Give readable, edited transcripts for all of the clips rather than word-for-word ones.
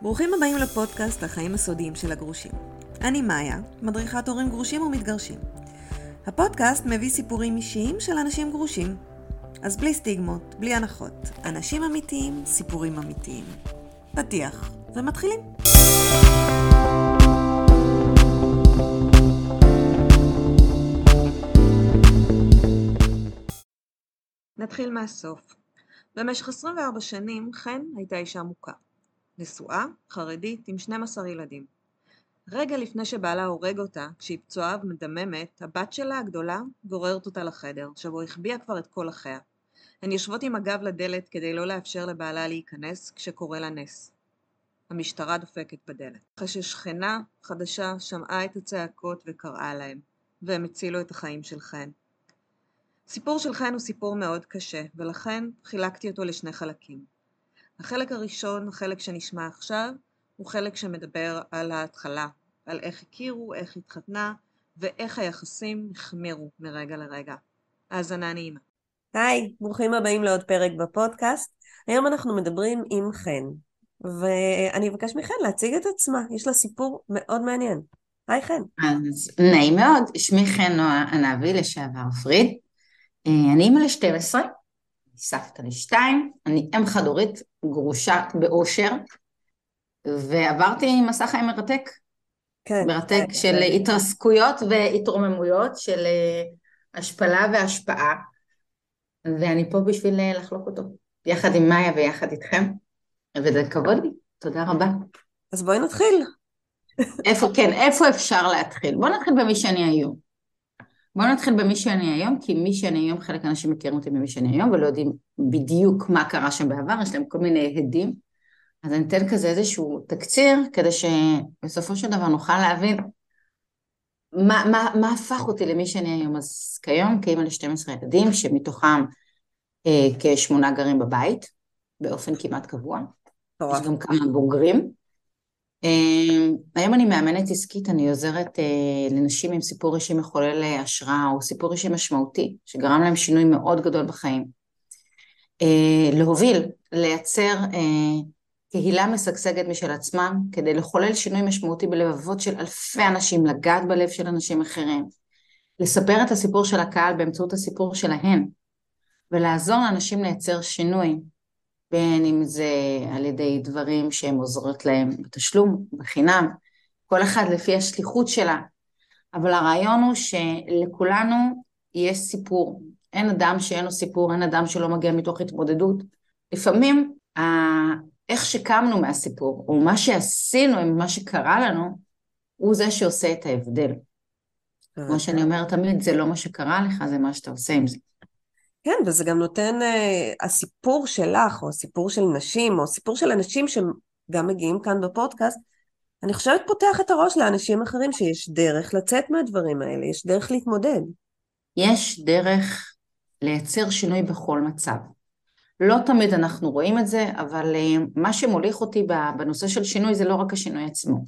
ברוכים הבאים לפודקאסט החיים הסודיים של הגרושים. אני מאיה, מדריכת הורים גרושים ומתגרשים. הפודקאסט מביא סיפורים אישיים של אנשים גרושים. אז בלי סטיגמות, בלי הנחות. אנשים אמיתיים, סיפורים אמיתיים. פתיח, ומתחילים. נתחיל מהסוף. במשך 24 שנים חן הייתה אישה מוכה. נשואה, חרדית, עם 12 ילדים. רגע לפני שבעלה הורג אותה, כשהיא פצועה ומדממת, הבת שלה הגדולה גוררת אותה לחדר, שבו החביאה כבר את כל אחיה. הן יושבות עם הגב לדלת כדי לא לאפשר לבעלה להיכנס כשקורה לה נס. המשטרה דופקת בדלת. אחרי ששכנה חדשה שמעה את הצעקות וקראה להם, והם הצילו את החיים של חן. סיפור של חן הוא סיפור מאוד קשה, ולכן חילקתי אותו לשני חלקים. החלק הראשון, החלק שנשמע עכשיו, הוא חלק שמדבר על ההתחלה, על איך הכירו, איך התחתנה, ואיך היחסים החמירו מרגע לרגע. האזנה נעימה. היי, ברוכים הבאים לעוד פרק בפודקאסט. היום אנחנו מדברים עם חן, ואני אבקש מחן להציג את עצמה, יש לה סיפור מאוד מעניין. היי חן. אז נעים מאוד, שמי חן נועה ענבי לשעבר פריד, אני אימא ל-12, סבתא ל-2, אני אם חד-הורית, גרושה באושר, ועברתי מסע חיים מרתק, כן, מרתק של התרסקויות והתרוממויות, של השפלה והשפעה, ואני פה בשביל לחלוק אותו, יחד עם מאיה ויחד איתכם, וזה כבוד לי, תודה רבה. אז בואי נתחיל. איפה אפשר להתחיל? בוא נתחיל במי שאני היום. בואו נתחיל במי שאני היום, כי מי שאני היום, חלק אנשים מכירים אותי במי שאני היום, ולא יודעים בדיוק מה קרה שם בעבר, יש להם כל מיני הדים, אז אני אתן כזה איזשהו תקציר, כדי שבסופו של דבר נוכל להבין מה הפך אותי למי שאני היום. אז כיום, כאימא ל-12 ילדים, שמתוכם כ8 גרים בבית, באופן כמעט קבוע, יש גם כמה בוגרים, היום אני מאמנת עסקית, אני עוזרת לנשים עם סיפור אישי מחולל השראה, או סיפור אישי משמעותי, שגרם להם שינוי מאוד גדול בחיים. להוביל, לייצר קהילה משגשגת משל עצמם, כדי לחולל שינוי משמעותי בלבבות של אלפי אנשים, לגעת בלב של אנשים אחרים, לספר את הסיפור של הקהל באמצעות הסיפור שלהן, ולעזור לאנשים לייצר שינוי, בין אם זה על ידי דברים שהם עוזרות להם בתשלום, בחינם, כל אחד לפי השליחות שלה, אבל הרעיון הוא שלכולנו יש סיפור, אין אדם שאין לו סיפור, אין אדם שלא מגיע מתוך התמודדות, לפעמים איך שקמנו מהסיפור, או מה שעשינו עם מה שקרה לנו, הוא זה שעושה את ההבדל. כמו שאני אומרת תמיד, זה לא מה שקרה לך, זה מה שאתה עושה עם זה. כן, וזה גם נותן, הסיפור שלך, או הסיפור של נשים, או הסיפור של אנשים שגם מגיעים כאן בפודקאסט, אני חושבת פותח את הראש לאנשים אחרים שיש דרך לצאת מהדברים האלה, יש דרך להתמודד. יש דרך לייצר שינוי בכל מצב. לא תמיד אנחנו רואים את זה, אבל מה שמוליך אותי בנושא של שינוי זה לא רק השינוי עצמו.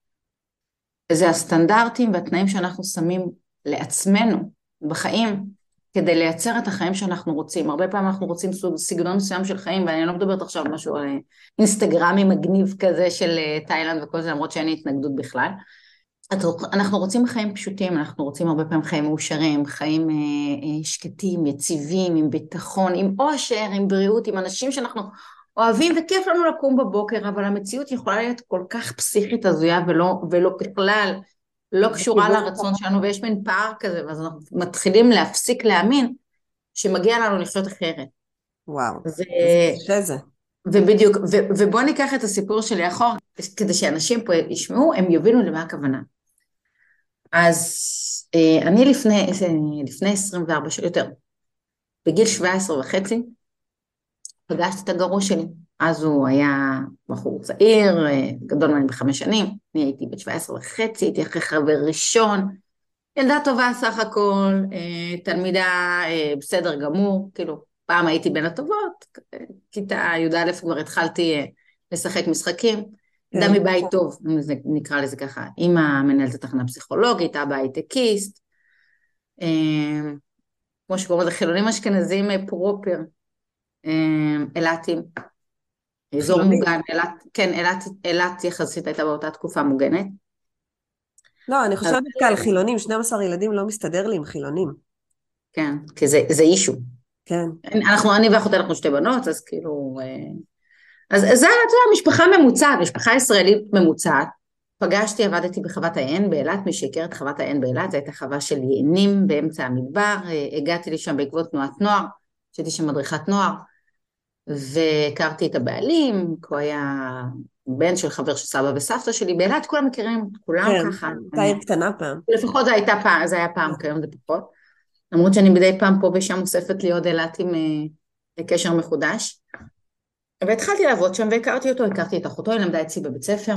זה הסטנדרטים והתנאים שאנחנו שמים לעצמנו בחיים, כדי לייצר את החיים שאנחנו רוצים. הרבה פעמים אנחנו רוצים סגנון מסוים של חיים, ואני לא מדברת עכשיו משהו על אינסטגרמי מגניב כזה של תאילנד וכל זה, למרות שאין התנגדות בכלל. אנחנו רוצים חיים פשוטים, אנחנו רוצים הרבה פעמים חיים מאושרים, חיים שקטים, יציבים, עם ביטחון, עם אושר, עם בריאות, עם אנשים שאנחנו אוהבים וכיף לנו לקום בבוקר, אבל המציאות יכולה להיות כל כך פסיכית הזויה ולא בכלל, לא קשורה לרצון שלנו, ויש מין פער כזה, ואז אנחנו מתחילים להפסיק להאמין שמגיע לנו לחיות אחרת. וואו, איזה קשה זה. ובדיוק, ובוא ניקח את הסיפור שלי אחורה, כדי שאנשים פה ישמעו, הם יבינו למה הכוונה. אז אני לפני 24 שנים יותר, בגיל 17.5, פגשתי את הגרוש שלי. אז הוא היה בחור צעיר, גדול ממני ב5 שנים, אני הייתי בת 17.5, הייתי אחרי חבר ראשון, ילדה טובה סך הכל, תלמידה בסדר גמור, כאילו פעם הייתי בין הטובות, כיתה י"א כבר התחלתי לשחק משחקים, דם מבית טוב, נקרא לזה ככה, אמא מנהלת התחנה פסיכולוגית, אבא הייטקיסט, כמו שקוראים לזה חילונים אשכנזים פרופר, אלעתים, אזור חילונית. מוגן, כן, אילת יחסית הייתה באותה תקופה מוגנת. לא, אני אז חושבת דווקא על חילונים, 12 ילדים לא מסתדר לי עם חילונים. כן, כי זה אישו. כן. אני ואחותי אנחנו שתי בנות, אז כאילו, אז זה משפחה ממוצעת, משפחה ישראלית ממוצעת. פגשתי, עבדתי בחוות העין באילת, מי שהכיר את חוות העין באילת, זו הייתה חווה של יינים באמצע המדבר, הגעתי לשם בעקבות תנועת נוער, שהייתי שם מדריכת נוער, והכרתי את הבעלים, כי הוא היה בן של חבר של סבא וסבתא שלי, באילת כולם מכירים, כולם כן, ככה, הייתה עיר קטנה פעם. לפחות זה היה פעם, כיום זה פחות, למרות שאני מדי פעם פה ושם אוספת לי עוד אילתים לקשר מחודש, והתחלתי לעבוד שם והכרתי אותו, הכרתי את אחותו, היא למדה אצלי בבית ספר,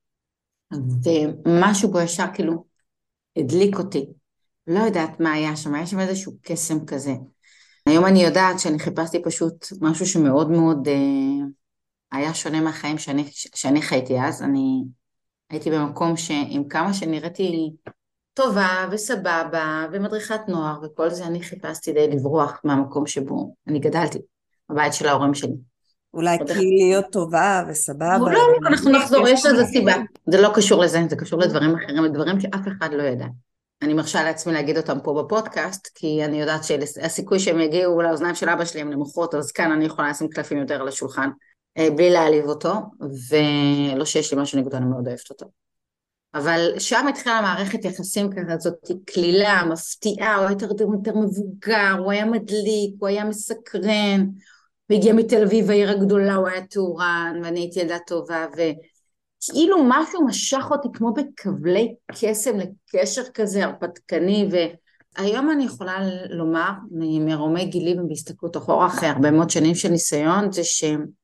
ומשהו בו ישר כאילו הדליק אותי, לא יודעת מה היה שם, היה שם איזשהו קסם כזה. היום אני יודעת שאני חיפשתי פשוט משהו שמאוד מאוד היה שונה מהחיים שאני חייתי אז, אני הייתי במקום שעם כמה שנראיתי טובה וסבבה ומדריכת נוער וכל זה, אני חיפשתי די לברוח מהמקום שבו אני גדלתי, הבית של ההורים שלי. אולי עוד כי איך- להיות טובה וסבבה לא, לא, אנחנו ומדליק, נחזור, יש יש כל לזה מיני סיבה. סיבות. זה לא קשור לזה, זה קשור לדברים אחרים, לדברים שאף אחד לא ידע. אני מרשה לעצמי להגיד אותם פה בפודקאסט, כי אני יודעת שהסיכוי שהם יגיעו לאוזניים של אבא שלי הם נמוכות, אז כאן אני יכולה לשים קלפים יותר על השולחן, בלי להעליב אותו, ולא שיש לי משהו נגדו, אני מאוד אוהבת אותו. אבל שם התחילה מערכת יחסים כזאת, כלילה, מפתיעה, הוא היה יותר מבוגר, הוא היה מדליק, הוא היה מסקרן, הוא הגיע מתל אביב, העיר הגדולה, הוא היה טהורן, ואני הייתי ילדה טובה, וכאילו משהו משך אותי כמו בכבלי קסם לקשר כזה הרפתקני, והיום אני יכולה לומר, ממרומי גילי ובהסתכלות אחורה אחרי הרבה מאוד שנים של ניסיון, זה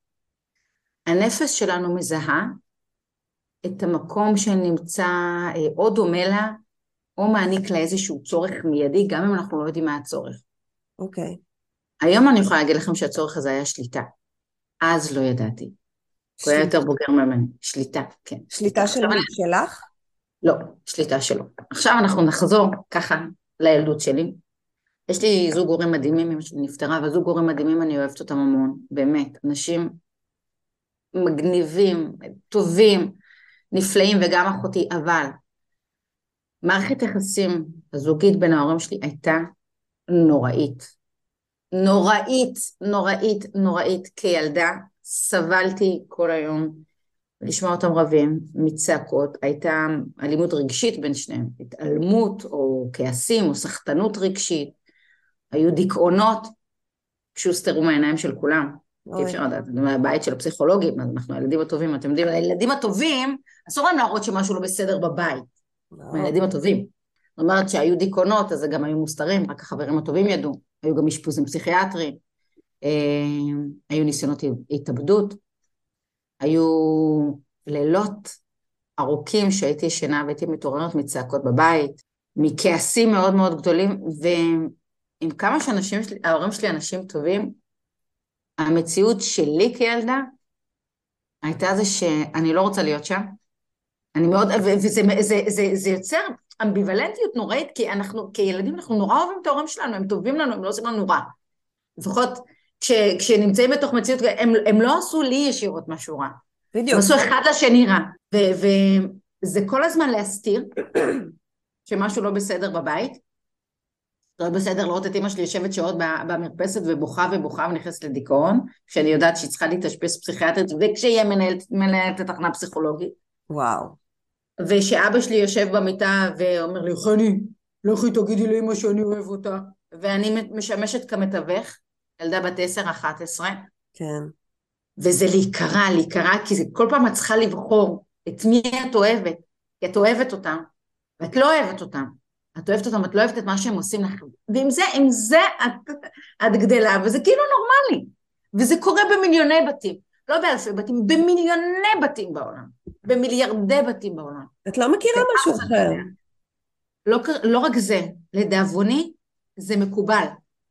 שהנפש שלנו מזהה את המקום שנמצא או דומה לה, או מעניק לה איזשהו צורך מיידי, גם אם אנחנו לא יודעים מה הצורך. אוקיי. היום אני יכולה להגיד לכם שהצורך הזה היה שליטה. אז לא ידעתי. הוא היה יותר בוגר ממני. שליטה, כן. שליטה של עכשיו מי? שלך? לא, שליטה שלו. עכשיו אנחנו נחזור ככה לילדות שלי. יש לי זוג הורים מדהימים, אמא שלי נפטרה, אבל זוג הורים מדהימים, אני אוהבת אותם המון. באמת, אנשים מגניבים, טובים, נפלאים, וגם אחותי, אבל מערכת יחסים הזוגית בין ההורים שלי הייתה נוראית. נוראית, נוראית, נוראית. כילדה סבלתי כל היום לשמוע אותם רבים, מצעקות, הייתה אלימות רגשית בין שניהם, התעלמות או כעסים או סחטנות רגשית, היו דיכאונות שהוסתרו מהעיניים של כולם, כי אוי. אפשר לדעת, זה מהבית של הפסיכולוגים, אז אנחנו הילדים הטובים, אתם יודעים, הילדים הטובים, אסור להם להראות שמשהו לא בסדר בבית, וואו. מהילדים הטובים. זאת אומרת שהיו דיכאונות, אז זה גם היו מוסתרים, רק החברים הטובים ידעו, היו גם אשפוזים פסיכיאטריים, היו ניסיונות התאבדות, היו לילות ארוכים שהייתי ישנה והייתי מתעוררת מצעקות בבית, מכעסים מאוד מאוד גדולים, ועם כמה ההורים שלי אנשים טובים, המציאות שלי כילדה הייתה זה שאני לא רוצה להיות שם, אני מאוד, וזה יוצר אמביוולנטיות נוראית, כי אנחנו, כילדים, אנחנו נורא אוהבים את ההורים שלנו, הם טובים לנו, הם לא עושים לנו רע. לפחות כשנמצאים בתוך מציאות, הם לא עשו לי ישירות משהו רע. הם בדיוק. עשו אחד לשני רע. וזה כל הזמן להסתיר שמשהו לא בסדר בבית. לא בסדר לראות את אמא שלי יושבת שעות במרפסת ובוכה ובוכה ונכנסת לדיכאון, כשאני יודעת שהיא צריכה להתאשפז פסיכיאטרית, וכשהיא מנהלת התחנה פסיכולוגית. וואו. ושאבא שלי יושב במיטה ואומר לי, חני, לכי תגידי לאמא שאני אוהב אותה. ואני משמשת כמתווך, ילדה בת 10-11, כן. וזה להיקרא, כי זה כל פעם את צריכה לבחור את מי את אוהבת, כי את אוהבת אותם, ואת לא אוהבת אותם. את אוהבת אותם, את לא אוהבת את מה שהם עושים לך. ועם זה את גדלה, וזה כאילו נורמלי. וזה קורה במיליוני בתים, לא באלפי בתים, במיליוני בתים בעולם, במיליארדי בתים בעולם. את לא מכירה משהו אחר. לא רק זה, לדאבוני, זה מקובל.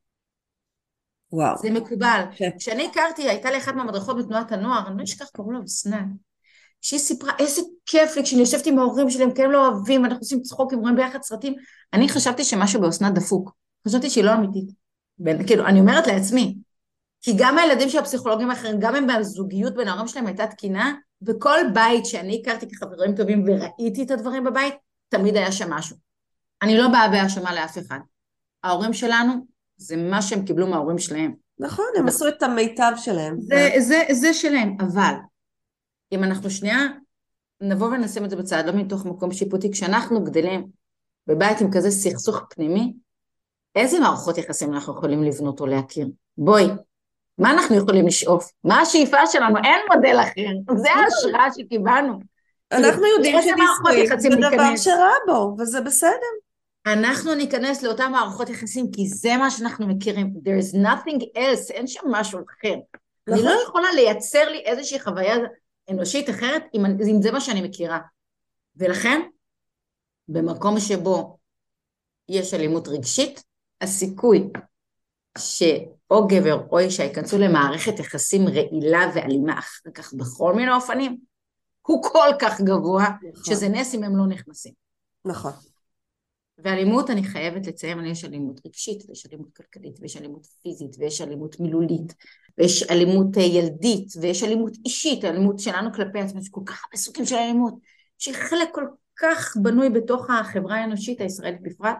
וואו. זה מקובל. כן. כשאני הכרתי, הייתה לי אחת מהמדריכות בתנועת הנוער, אני לא אשכח, קראו לה אסנת, שהיא סיפרה איזה כיף לי כשאני יושבת עם ההורים שלי, הם כאלה לא אוהבים, אנחנו עושים צחוקים, רואים ביחד סרטים. אני חשבתי שמשהו באסנת דפוק, חשבתי שהיא לא אמיתית. כאילו, אני אומרת לעצמי, כי גם הילדים של הפסיכולוגים האחרים, גם הם בזוגיות בין ההורים שלהם הייתה תקינה, וכל בית שאני הכרתי כחברים טובים וראיתי את הדברים בבית, תמיד היה שם משהו. אני לא באה בהאשמה לאף אחד. ההורים שלנו, זה מה שהם קיבלו מההורים שלהם. נכון, הם עשו את המיטב שלהם. זה שלהם, אבל אם אנחנו שנייה נבוא ונשים את זה בצד, לא מתוך מקום שיפוטי, כשאנחנו גדלים בבית עם כזה סכסוך פנימי, איזה מערכות יחסים אנחנו יכולים לבנות או להכיר? בואי, מה אנחנו יכולים לשאוף? מה השאיפה שלנו? אין מודל אחר. זה ההשראה שקיבלנו. אנחנו יודעים שנישואים זה דבר שרע בו, וזה בסדר. אנחנו ניכנס לאותם מערכות יחסים, כי זה מה שאנחנו מכירים. There is nothing else, אין שם משהו אחר. אני לא יכולה לייצר לי איזושהי חוויה אנושית אחרת, אם זה מה שאני מכירה. ולכן, במקום שבו יש אלימות רגשית, הסיכוי שאו גבר או אישה ייכנסו למערכת יחסים רעילה ואלימה אחר כך בכל מיני אופנים, הוא כל כך גבוה, שזה נס אם הם לא נכנסים. נכון. ואלימות, אני חייבת לציין, יש אלימות רגשית, ויש אלימות כלכלית, ויש אלימות פיזית, ויש אלימות מילולית, ויש אלימות ילדית, ויש אלימות אישית, אלימות שלנו כלפי עצמנו, יש כל כך הרבה סוגים של אלימות, שהיא חלק כל כך בנוי בתוך החברה האנושית הישראלית בפרט,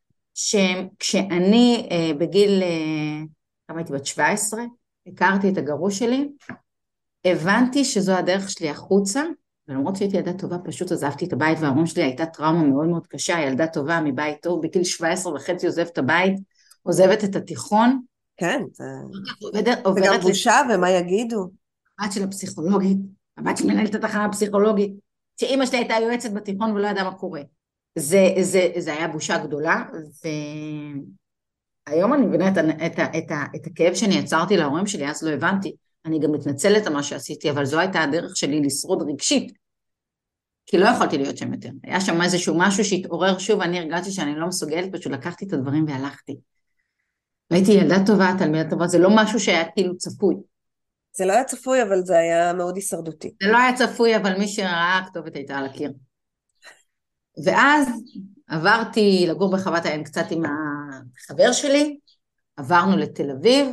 שכשאני בגיל, כמה הייתי בת 17, הכרתי את הגרוש שלי, הבנתי שזו הדרך שלי החוצה, ולמרות שהייתי ילדה טובה, פשוט עזבתי את הבית, וההורים שלי הייתה טראומה מאוד מאוד קשה, ילדה טובה מבית טוב, בגיל 17.5 עוזבת את הבית, עוזבת את התיכון. כן, זה גם בושה, ומה יגידו? הבת של הפסיכולוגית, הבת של מנהלת התחנה הפסיכולוגית, שאמא שלי הייתה יועצת בתיכון ולא ידעה מה קורה. זה היה בושה גדולה, והיום אני מבינה את הכאב שאני יצרתי להורים שלי, אז לא הבנתי. אני גם מתנצלת על מה שעשיתי, אבל זו הייתה הדרך שלי לשרוד רגשית, כי לא יכולתי להיות שם יותר. היה שם איזשהו משהו שהתעורר שוב, ואני הרגשתי שאני לא מסוגלת, פשוט לקחתי את הדברים והלכתי. והייתי ילדה טובה, תלמידה טובה, זה לא משהו שהיה כאילו צפוי. זה לא היה צפוי, אבל זה היה מאוד הישרדותי. זה לא היה צפוי, אבל מי שראה הכתובת הייתה על הקיר. ואז עברתי לגור בחוות העין קצת עם החבר שלי, עברנו לתל אביב,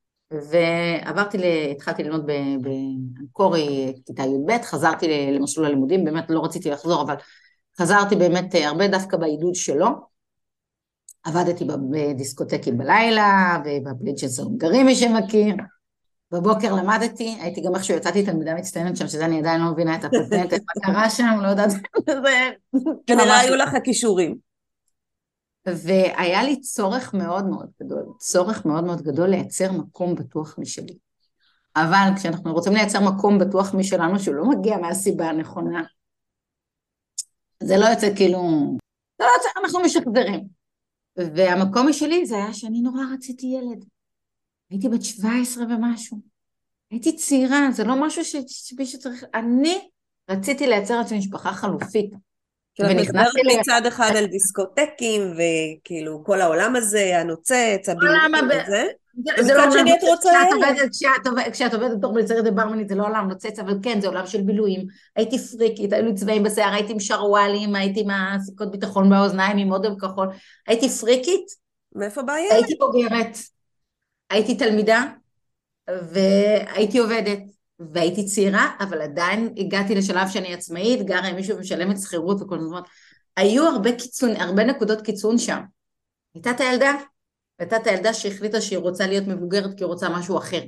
התחלתי ללמוד באנקורי כיתה י"ב, חזרתי למסלול הלימודים, באמת לא רציתי לחזור, אבל חזרתי באמת הרבה דווקא בעידוד שלו, עבדתי בדיסקוטקים בלילה, ובבליג'נס ההונגרי מי שמכיר, בבוקר למדתי, הייתי גם איכשהו יצאתי תלמידה מצטיינת שם, שזה אני עדיין לא מבינה את הפטנט, מה קרה שם, לא יודעת, כנראה היו לך הכישורים. והיה לי צורך מאוד מאוד גדול לייצר מקום בטוח משלי. אבל כשאנחנו רוצים לייצר מקום בטוח משלנו, שהוא לא מגיע מהסיבה הנכונה, זה לא יוצא כאילו, זה לא יוצא, אנחנו משחזרים. והמקום משלי זה היה שאני נורא רציתי ילד. הייתי בת 17 ומשהו. הייתי צעירה, זה לא משהו שמישהו צריך, אני רציתי לייצר לעצמי משפחה חלופית. ונכנסתי מצד אחד על דיסקוטקים, וכאילו כל העולם הזה, הנוצץ, הבילוי הזה, ומצד שני את רוצה ילד. כשאת עובדת בתור מלצרית וברמנית, זה לא עולם נוצץ, אבל כן, זה עולם של בילויים. הייתי פריקית, היו לי צבעים בשיער, הייתי עם שרוואלים, הייתי עם הסיכות ביטחון באוזניים, עם מודם כחול. הייתי פריקית. מאיפה בא ילד? הייתי בוגרת. הייתי תלמידה, והייתי עובדת. והייתי צעירה, אבל עדיין הגעתי לשלב שאני עצמאית, גרה עם מישהו ומשלמת שכירות וכל זאת. היו הרבה נקודות קיצון שם. הייתה את הילדה שהחליטה שהיא רוצה להיות מבוגרת, כי היא רוצה משהו אחר.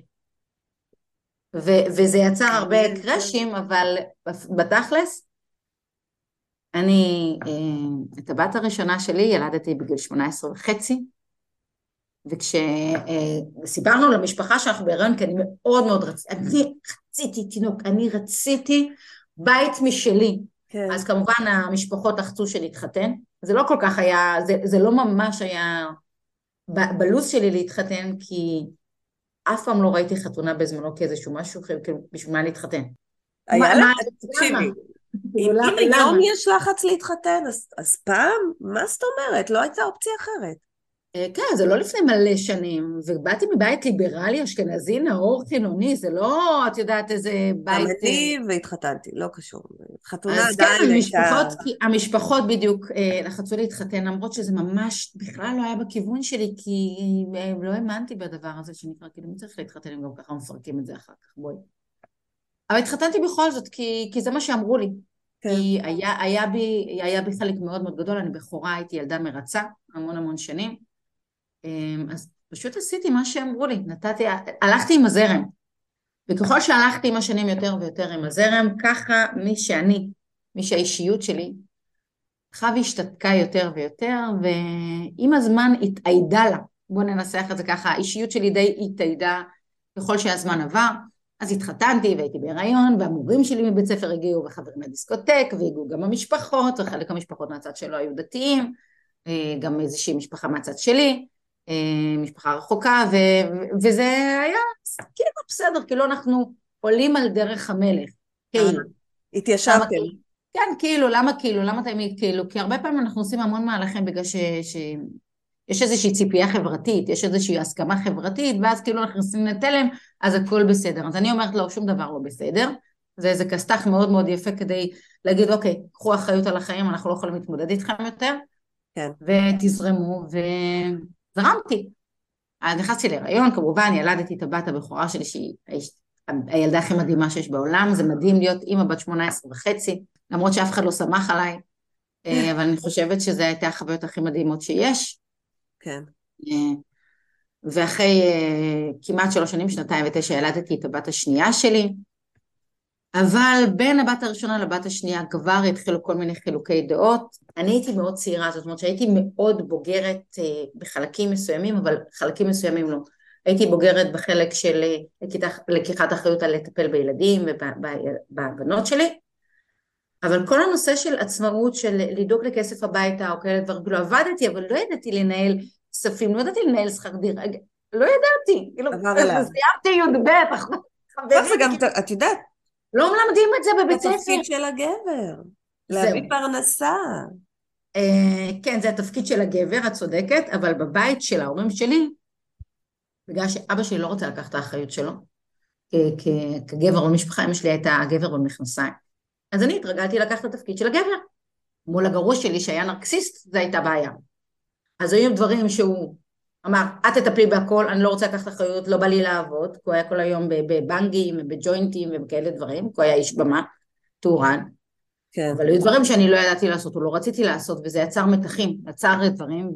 וזה יצר הרבה קרשים, אבל בתכלס, את הבת הראשונה שלי ילדתי בגיל 18.5, וכשסיפרנו למשפחה שאנחנו בהיריון, כי אני מאוד מאוד רציתי תינוק, אני רציתי בית משלי. כן. אז כמובן המשפחות לחצו שנתחתן, זה לא כל כך היה, זה לא ממש היה בלוז שלי להתחתן, כי אף פעם לא ראיתי חתונה בזמנו כאיזשהו משהו, כאילו בשביל מה להתחתן. היה לך, תקשיבי, אם היום יש לחץ להתחתן, אז פעם, מה זאת אומרת? לא הייתה אופציה אחרת. כן, זה לא לפני מלא שנים, ובאתי מבית ליברלי, אשכנזי, נאור, חילוני, זה לא, את יודעת, איזה גם בית... אני והתחתנתי, לא קשור. חתונה אז כן, עדיין הייתה... המשפחות בדיוק לחצו להתחתן, למרות שזה ממש בכלל לא היה בכיוון שלי, כי לא האמנתי בדבר הזה שנקרא, כאילו מי צריך להתחתן אם גם ככה מפרקים את זה אחר כך, בואי. אבל התחתנתי בכל זאת, כי זה מה שאמרו לי. כן. כי היה בי חלק מאוד מאוד גדול, אני בכורה, הייתי ילדה מרצה, המון המון שנים, אז פשוט עשיתי מה שאמרו לי, הלכתי עם הזרם, וככל שהלכתי עם השנים יותר ויותר עם הזרם, ככה מי שהאישיות שלי, הלכה והשתתקה יותר ויותר, ועם הזמן התאיידה לה, בואו ננסח את זה ככה, האישיות שלי די התאיידה ככל שהזמן עבר, אז התחתנתי והייתי בהיריון, והמורים שלי מבית ספר הגיעו, וחברים לדיסקוטק, והגיעו גם המשפחות, וחלק המשפחות מהצד שלו היו דתיים, גם איזושהי משפחה מהצד שלי, משפחה רחוקה, וזה היה כאילו בסדר, כאילו אנחנו עולים על דרך המלך, כאילו. התיישבתם. כן, כאילו, למה תמיד כאילו? כי הרבה פעמים אנחנו עושים המון מהלכים בגלל יש איזושהי ציפייה חברתית, יש איזושהי הסכמה חברתית, ואז כאילו אנחנו עושים לתלם, אז הכל בסדר. אז אני אומרת לו, שום דבר לא בסדר, זה איזה כסת"ח מאוד מאוד יפה כדי להגיד, אוקיי, קחו אחריות על החיים, אנחנו לא יכולים להתמודד איתכם יותר, כן. ותזרמו, וזרמתי. אז נכנסתי להיריון, כמובן, ילדתי את הבת הבכורה שלי, שהיא הילדה הכי מדהימה שיש בעולם, זה מדהים להיות אימא בת 18.5, למרות שאף אחד לא שמח עליי, אבל אני חושבת שזה הייתה החוויות הכי מדהימות שיש. כן. ואחרי כמעט 3 שנים, 2.9, ילדתי את הבת השנייה שלי, אבל בין הבת הראשונה לבת השנייה כבר התחילו כל מיני חילוקי דעות. אני הייתי מאוד צעירה, זאת אומרת שהייתי מאוד בוגרת בחלקים מסוימים, אבל חלקים מסוימים לא. הייתי בוגרת בחלק של לקיחת אחריות על לטפל בילדים ובבנות שלי, אבל כל הנושא של עצמאות, של לדאוג לכסף הביתה או כאלה דברים, כאילו עבדתי, אבל לא ידעתי לנהל כספים, לא ידעתי לנהל שכר דירה, לא ידעתי, כאילו, סיימתי י"ב, זה גם, את יודעת, לא מלמדים את זה בבית ספר. זה התפקיד של הגבר, להביא פרנסה. כן, זה התפקיד של הגבר, את צודקת, אבל בבית של ההורים שלי, בגלל שאבא שלי לא רוצה לקחת את האחריות שלו, כגבר במשפחה, אמא שלי הייתה הגבר במכנסיים, אז אני התרגלתי לקחת את התפקיד של הגבר. מול הגרוש שלי שהיה נרקסיסט, זה הייתה בעיה. אז היו דברים שהוא אמר, את תטפלי בהכל, אני לא רוצה לקחת אחריות, לא בא לי לעבוד, כי הוא היה כל היום בבנגים, בג'וינטים ובכאלה דברים, כי הוא היה איש במה, טורן. כן. אבל היו דברים שאני לא ידעתי לעשות, או לא רציתי לעשות, וזה יצר מתחים, יצר דברים,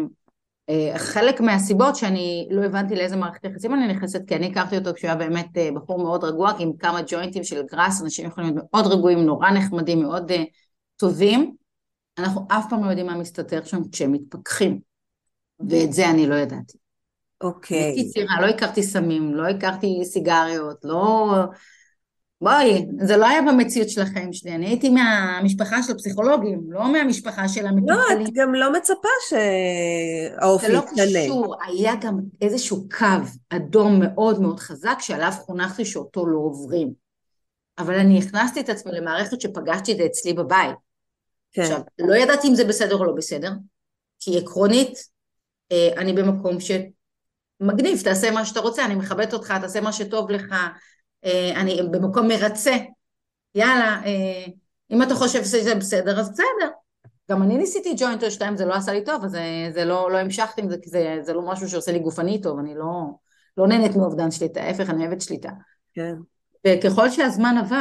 וחלק מהסיבות שאני לא הבנתי לאיזה מערכת יחסים אני נכנסת, כי אני הכרתי אותו כשהוא היה באמת בחור מאוד רגוע, עם כמה ג'וינטים של גראס, אנשים יכולים להיות מאוד רגועים, נורא נחמדים, מאוד טובים, אנחנו אף פעם לא יודעים מה מסתתר שם כשהם מתפכחים, ואת זה אני לא ידעתי. אוקיי. הייתי צעירה, לא הכרתי סמים, לא הכרתי סיגריות, לא... בואי, זה לא היה במציאות של החיים שלי, אני הייתי מהמשפחה של הפסיכולוגים, לא מהמשפחה של המטופלים. לא, את גם לא מצפה שהאופי יתננה. זה לא קשור, היה גם איזשהו קו אדום מאוד מאוד חזק, שעליו חונכתי שאותו לא עוברים. אבל אני הכנסתי את עצמי למערכת שפגשתי את זה אצלי בבית. כן. עכשיו, לא ידעתי אם זה בסדר או לא בסדר, כי עקרונית, אני במקום שמגניב, תעשה מה שאתה רוצה, אני מכבדת אותך, תעשה מה שטוב לך, אני במקום מרצה, יאללה, אם אתה חושב שזה בסדר, אז בסדר. גם אני ניסיתי ג'וינט או 2, זה לא עשה לי טוב, אז זה לא המשכתי עם זה, כי זה לא משהו שעושה לי גופני טוב, אני לא נהנית מאובדן שליטה, ההפך, אני אוהבת שליטה. כן. וככל שהזמן עבר,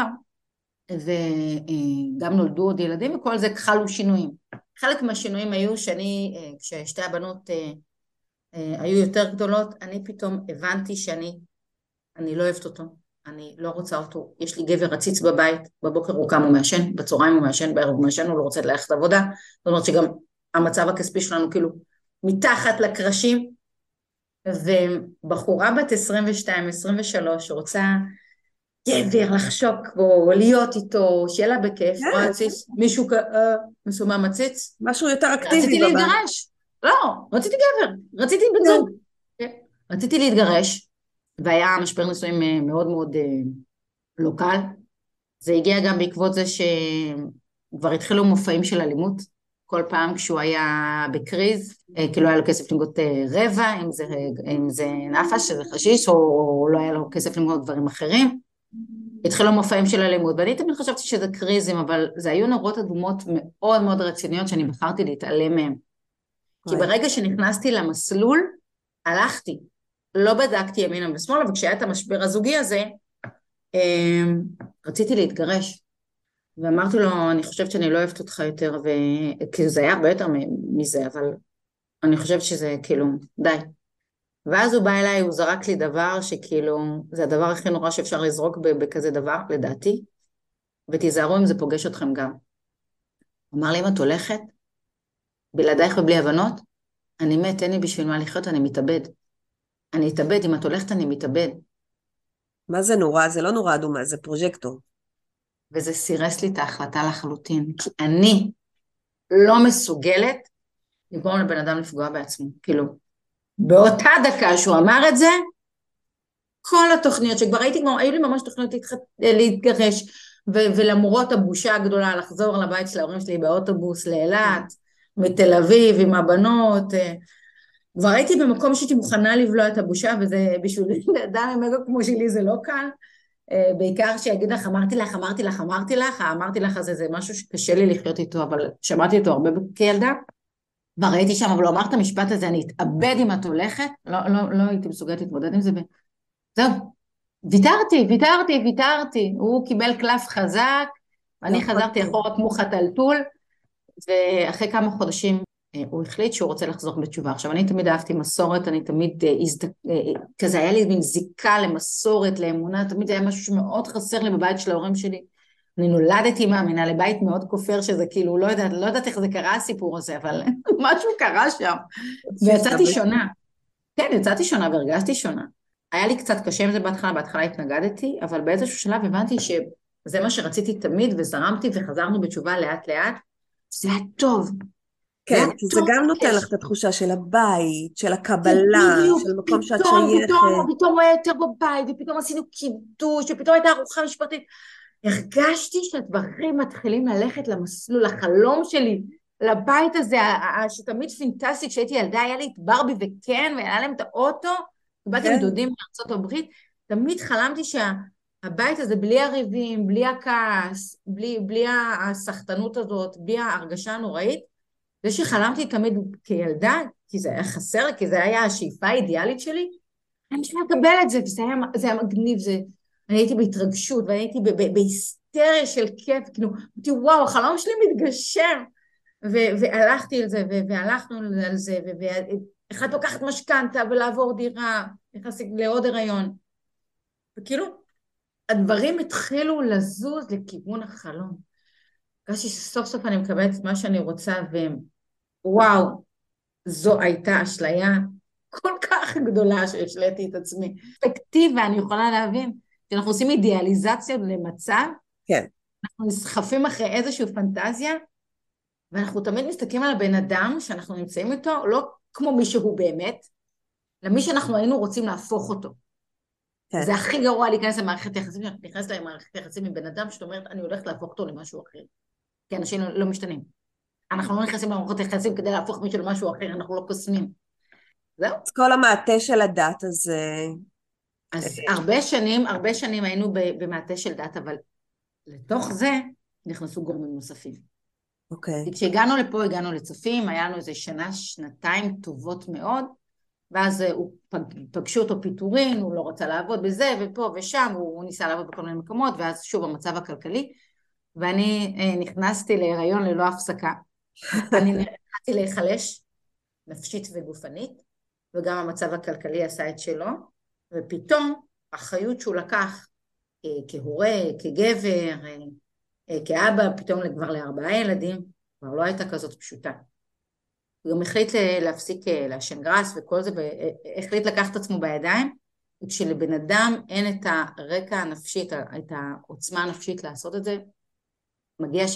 וגם נולדו עוד ילדים, וכל זה חלו שינויים. חלק מהשינויים היו שאני, כששתי הבנות היו יותר גדולות, אני פתאום הבנתי שאני לא אוהבת אותו, אני לא רוצה אותו, יש לי גבר רציץ בבית, בבוקר הוא קם ומעשן, בצהריים הוא מעשן, בערב הוא מעשן, הוא לא רוצה ללכת לעבודה, זאת אומרת שגם המצב הכספי שלנו כאילו מתחת לקרשים, ובחורה בת 22-23 שרוצה גבר לחשוק בו, להיות איתו, שיהיה לה בכיף, או עציץ, מישהו מסומם עציץ, משהו יותר אקטיבי. רציתי להתגרש, לא, רציתי גבר, רציתי בן זוג, רציתי להתגרש, והיה משבר נישואים מאוד מאוד לא קל. זה הגיע גם בעקבות זה שכבר התחילו מופעים של אלימות, כל פעם כשהוא היה בקריז, כי לא היה לו כסף למגות רבע, אם זה נפש, שזה חשיש, או לא היה לו כסף למגות דברים אחרים. התחילו מופעים של אלימות, ואני תמיד חשבתי שזה קריזים, אבל זה היו נורות אדומות מאוד מאוד רציניות, שאני בחרתי להתעלם מהם. כי ברגע שנכנסתי למסלול, הלכתי. לא בדקתי ימינה ושמאלה, וכשהיה את המשבר הזוגי הזה, רציתי להתגרש. ואמרתי לו, אני חושבת שאני לא אוהבת אותך יותר, כי זה היה הרבה יותר מזה, אבל אני חושבת שזה כאילו, די. ואז הוא בא אליי, הוא זרק לי דבר שכאילו, זה הדבר הכי נורא שאפשר לזרוק בכזה דבר, לדעתי, ותיזהרו אם זה פוגש אתכם גם. הוא אמר לי, אם את הולכת, בלעדייך ובלי הבנות, אני מת, אין לי בשביל מה לחיות, אני מתאבד. אני אתאבד, אם את הולכת אני מתאבד. מה זה נורא? זה לא נורא אדומה, זה פרוג'קטור. וזה סירס לי את ההחלטה לחלוטין, כי אני לא מסוגלת לגרום לבן אדם לפגוע בעצמו. כאילו, באותה דקה שהוא אמר את זה, כל התוכניות שכבר הייתי, היו לי ממש תוכניות להתגרש, ולמרות הבושה הגדולה לחזור לבית של ההורים שלי באוטובוס לאילת, מתל אביב עם הבנות, כבר הייתי במקום שהייתי מוכנה לבלוע את הבושה, וזה בשביל אדם עם אגו כמו שלי זה לא קל, בעיקר שיגיד לך, אמרתי לך, זה משהו שקשה לי לחיות איתו, אבל שמעתי אותו הרבה כילדה, וראיתי שם, אבל הוא אמר את המשפט הזה, אני אתאבד אם את הולכת, לא הייתי מסוגלת להתמודד עם זה, זהו, ויתרתי, הוא קיבל קלף חזק, ואני חזרתי אחורה כמו חתלתול, ואחרי כמה חודשים הוא החליט שהוא רוצה לחזור בתשובה. עכשיו, אני תמיד אהבתי מסורת, אני תמיד, כזה היה לי מין זיקה למסורת, לאמונה, תמיד היה משהו שמאוד חסר לי בבית של ההורים שלי. אני נולדתי מאמינה לבית מאוד כופר, שזה כאילו, לא יודעת איך זה קרה הסיפור הזה, אבל משהו קרה שם. ויצאתי שונה. כן, יצאתי שונה והרגשתי שונה. היה לי קצת קשה עם זה בהתחלה התנגדתי, אבל באיזשהו שלב הבנתי שזה מה שרציתי תמיד, וזרמתי וחזרנו בתשובה לאט לאט, זה היה טוב. כן, כי זה גם נותן לך את התחושה של הבית, של הקבלה, של מקום שאת שייכת. פתאום הוא היה יותר בבית, ופתאום עשינו קידוש, ופתאום הייתה ארוחה משפטית. הרגשתי שהדברים מתחילים ללכת למסלול, לחלום שלי, לבית הזה, שתמיד פינטסטי, כשהייתי ילדה, היה לי את ברבי וכן, והיה להם את האוטו, באתי עם דודים מארצות הברית, תמיד חלמתי שהבית הזה, בלי הריבים, בלי הכעס, בלי הסחטנות הזאת, בלי ההרגשה הנוראית, זה שחלמתי תמיד כילדה, כי זה היה חסר, כי זה היה השאיפה האידיאלית שלי, אני משמע לקבל את זה, וזה היה מגניב, אני הייתי בהתרגשות, ואני הייתי בהיסטריה של כיף, כאילו, אמרתי, וואו, החלום שלי מתגשם, והלכתי על זה, והלכנו על זה, ואחד לוקחת משכנתה, ולעבור דירה, נכנסתי לעוד הריון, וכאילו, הדברים התחילו לזוז לכיוון החלום, הרגשתי שסוף סוף אני מקבלת את מה שאני רוצה, ווואו, זו הייתה אשליה כל כך גדולה שהשליתי את עצמי. פרספקטיבה, אני יכולה להבין, שאנחנו עושים אידיאליזציה למצב, כן. אנחנו נסחפים אחרי איזושהי פנטזיה, ואנחנו תמיד מסתכלים על הבן אדם שאנחנו נמצאים איתו, לא כמו מי שהוא באמת, למי שאנחנו היינו רוצים להפוך אותו. כן. זה הכי גרוע להיכנס למערכת יחסים, להיכנס למערכת יחסים עם בן אדם, שאת אומרת, אני הולכת להפוך אותו למשהו אחר. כי אנשים לא משתנים. אנחנו לא נכנסים למערכות יחסים כדי להפוך מישהו למשהו אחר, אנחנו לא קוסמים. זהו. אז כל המעטה של הדת הזה... אז הרבה שנים היינו במעטה של דת, אבל לתוך זה נכנסו גורמים נוספים. אוקיי. כשהגענו לפה, הגענו לצופים, היה לנו איזה שנתיים טובות מאוד, ואז פגשו אותו פיטורין, הוא לא רצה לעבוד בזה, ופה ושם, הוא ניסה לעבוד בכל מיני מקומות, ואז שוב המצב הכלכלי, ואני נכנסתי להיריון ללא הפסקה. אני נכנסתי להיחלש, נפשית וגופנית, וגם המצב הכלכלי עשה את שלו, ופתאום החיות שהוא לקח כהורה, כגבר, כאבא, פתאום כבר ל4 ילדים, כבר לא הייתה כזאת פשוטה. הוא גם החליט להפסיק לעשן גראס וכל זה, והחליט לקחת את עצמו בידיים, וכשלבן אדם אין את הרקע הנפשי, את העוצמה הנפשית לעשות את זה, מגיע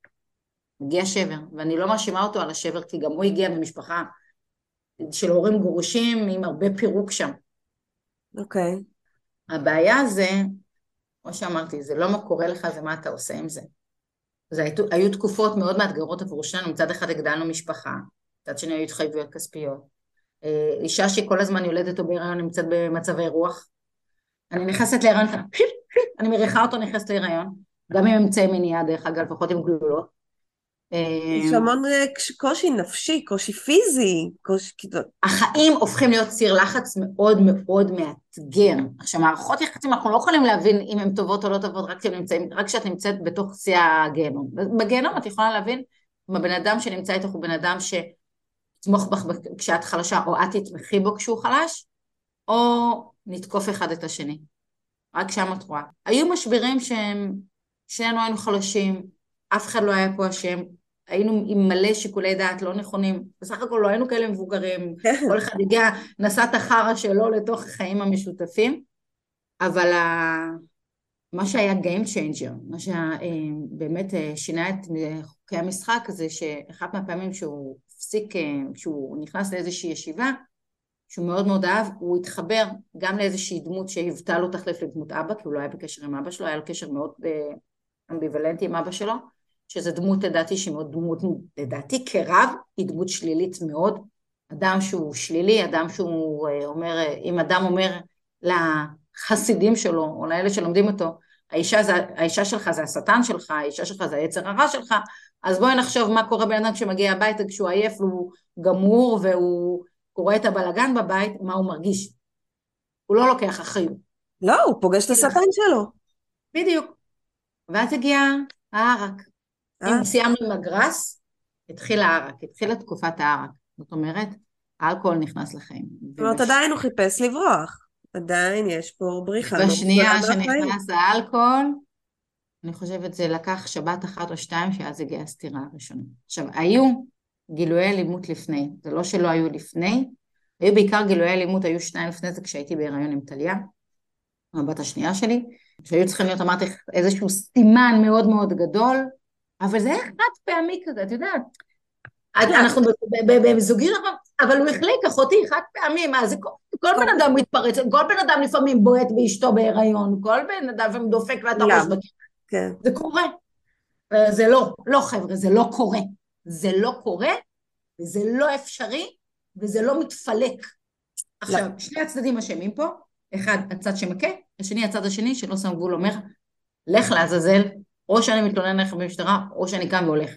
שבר, ואני לא מאשימה אותו על השבר, כי גם הוא הגיע ממשפחה של הורים גרושים עם הרבה פירוק שם. אוקיי. הבעיה זה, כמו שאמרתי, זה לא מה קורה לך, זה מה אתה עושה עם זה. היו תקופות מאוד מאתגרות עבור שלנו, מצד אחד הגדלנו משפחה, מצד שני היו התחייבויות כספיות. אישה שכל הזמן יולדת או בהיריון נמצאת במצבי רוח. אני נכנסת להיריון, אני מריחה אותו נכנסת להיריון, גם עם אמצעי מניעה דרך אגב, לפחות עם גלולות. יש המון קושי נפשי, קושי פיזי, החיים הופכים להיות סיר לחץ מאוד מאוד מאתגר. עכשיו, מערכות יחסים, אנחנו לא יכולים להבין אם הן טובות או לא טובות, רק כשאת נמצאת בתוך שיא הגיהנום. בגיהנום את יכולה להבין אם הבן אדם שנמצא איתך הוא בן אדם שתתמוך בך כשאת חלשה, או את תתמכי בו כשהוא חלש, או נתקוף אחד את השני. רק שם את רואה. היו משברים שנינו היינו חלשים, אף אחד לא היה פה אשם, היינו עם מלא שיקולי דעת לא נכונים, בסך הכל לא היינו כאלה מבוגרים, כל אחד הגיע, נסע את החרא שלו לתוך החיים המשותפים, אבל מה שהיה game changer, מה שבאמת שינה את חוקי המשחק, זה שאחת מהפעמים שהוא הפסיק, כשהוא נכנס לאיזושהי ישיבה, שהוא מאוד מאוד אהב, הוא התחבר גם לאיזושהי דמות שהיוותה לו תחליף לדמות אבא, כי הוא לא היה בקשר עם אבא שלו, היה לו קשר מאוד אמביוולנטי עם אבא שלו, שזו דמות לדעתי שהיא מאוד דמות, לדעתי כרב היא דמות שלילית מאוד, אדם שהוא שלילי, אדם שהוא אומר, אם אדם אומר לחסידים שלו, או לאלה שלומדים אותו, האישה שלך זה השטן שלך, האישה שלך זה היצר הרע שלך, אז בואי נחשוב מה קורה בן אדם כשמגיע הביתה, כשהוא עייף והוא גמור והוא קורא את הבלגן בבית, מה הוא מרגיש. הוא לא לוקח אחריות. לא, הוא פוגש את השטן שלו. בדיוק. ואז הגיע הערק. אם סיימנו עם הגרס, התחיל הערק, התחילה תקופת הערק. זאת אומרת, האלכוהול נכנס לחיים. זאת אומרת, עדיין הוא חיפש לברוח. עדיין יש פה בריחה. בשנייה שנכנס האלכוהול, אני חושבת זה לקח שבת אחת או שתיים, שאז הגיעה הסתירה הראשונה. עכשיו, היו גילויי אלימות לפני, זה לא שלא היו לפני, היו בעיקר גילויי אלימות, היו 2 לפני זה כשהייתי בהיריון עם טליה, הבת השנייה שלי, שהיו צריכים להיות, אמרתי, איזשהו סימן מאוד מאוד גדול, אבל זה היה חד פעמי כזה, את יודעת, אנחנו בזוגיות, אבל הוא החליק, אחותי, חד פעמי, מה זה, כל בן אדם מתפרץ, כל בן אדם לפעמים בועט באשתו בהיריון, כל בן אדם דופק לה את הראש בקיר, זה קורה, זה לא חבר'ה, זה לא קורה, זה לא קורה, וזה לא אפשרי, וזה לא מתפלק. עכשיו, שני הצדדים אשמים פה, אחד הצד שמכה, השני הצד השני שלא שם גבול אומר, לך לעזאזל, או שאני מתלונן עליך במשטרה, או שאני קם והולך.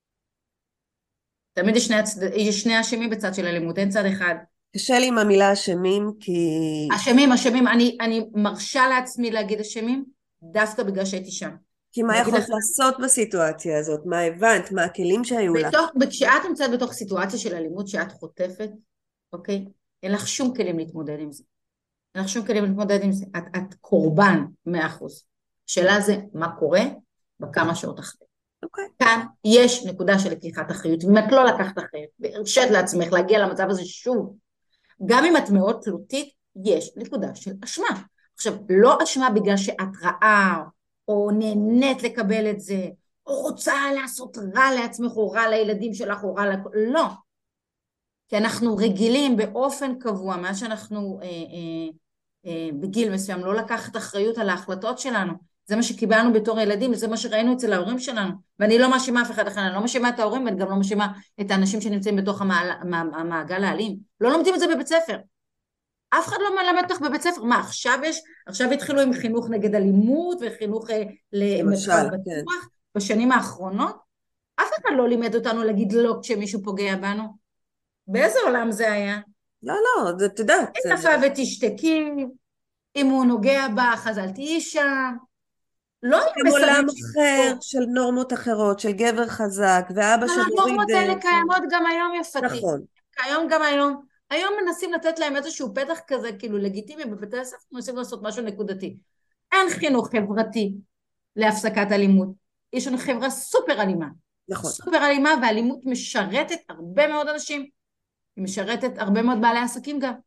תמיד יש שני אשמים בצד של אלימות, אין צד אחד. קשה לי עם המילה אשמים, כי... אשמים, אני מרשה לעצמי להגיד אשמים, דווקא בגלל שהייתי שם. כי מה יכולת לעשות בסיטואציה הזאת? מה הבנת? מה הכלים שהיו לך? כשאת נמצאת בתוך סיטואציה של אלימות שאת חוטפת, אוקיי? אין לך שום כלים להתמודד עם זה. אין לך שום כלים להתמודד עם זה. את קורבן 100%. השאלה זה מה קורה בכמה שעות אחרי. אוקיי. כאן יש נקודה של לקיחת אחריות, ואם את לא לקחת אחריות, והרשית לעצמך להגיע למצב הזה שוב, גם אם את מאוד תלותית, יש נקודה של אשמה. עכשיו, לא אשמה בגלל שאת רעה, או נהנית לקבל את זה, או רוצה לעשות רע לעצמך, או רע לילדים שלך, או רע לא. כי אנחנו רגילים באופן קבוע, מה שאנחנו בגיל מסוים, לא לקחת אחריות על ההחלטות שלנו. זה מה שקיבלנו בתור ילדים, זה מה שראינו אצל ההורים שלנו. ואני לא מאשימה אף אחד אחר, אני לא מאשימה את ההורים, ואני גם לא מאשימה את האנשים שנמצאים בתוך המעגל האלים. לא לומדים את זה בבית ספר. אף אחד לא מלמד אותך בבית ספר. מה, עכשיו התחילו עם חינוך נגד אלימות, וחינוך למרחב בטוח, בשנים האחרונות? אף אחד לא לימד אותנו להגיד לא כשמישהו פוגע בנו. באיזה עולם זה היה? לא, אתה יודע. תפה ותשתקי, אם הוא נוגע בך, אז אל תהיי שם. לא עם עולם אחר, של נורמות אחרות, של גבר חזק, ואבא שמוריד... הנורמות האלה קיימות גם היום יפתי. נכון. קיים גם היום. היום מנסים לתת להם איזשהו פתח כזה, כאילו לגיטימי, בבתי הספר מנסים לעשות משהו נקודתי. אין חינוך חברתי להפסקת אלימות. יש לנו חברה סופר אלימה. נכון. סופר אלימה, ואלימות משרתת הרבה מאוד אנשים. היא משרתת הרבה מאוד בעלי עסקים גם.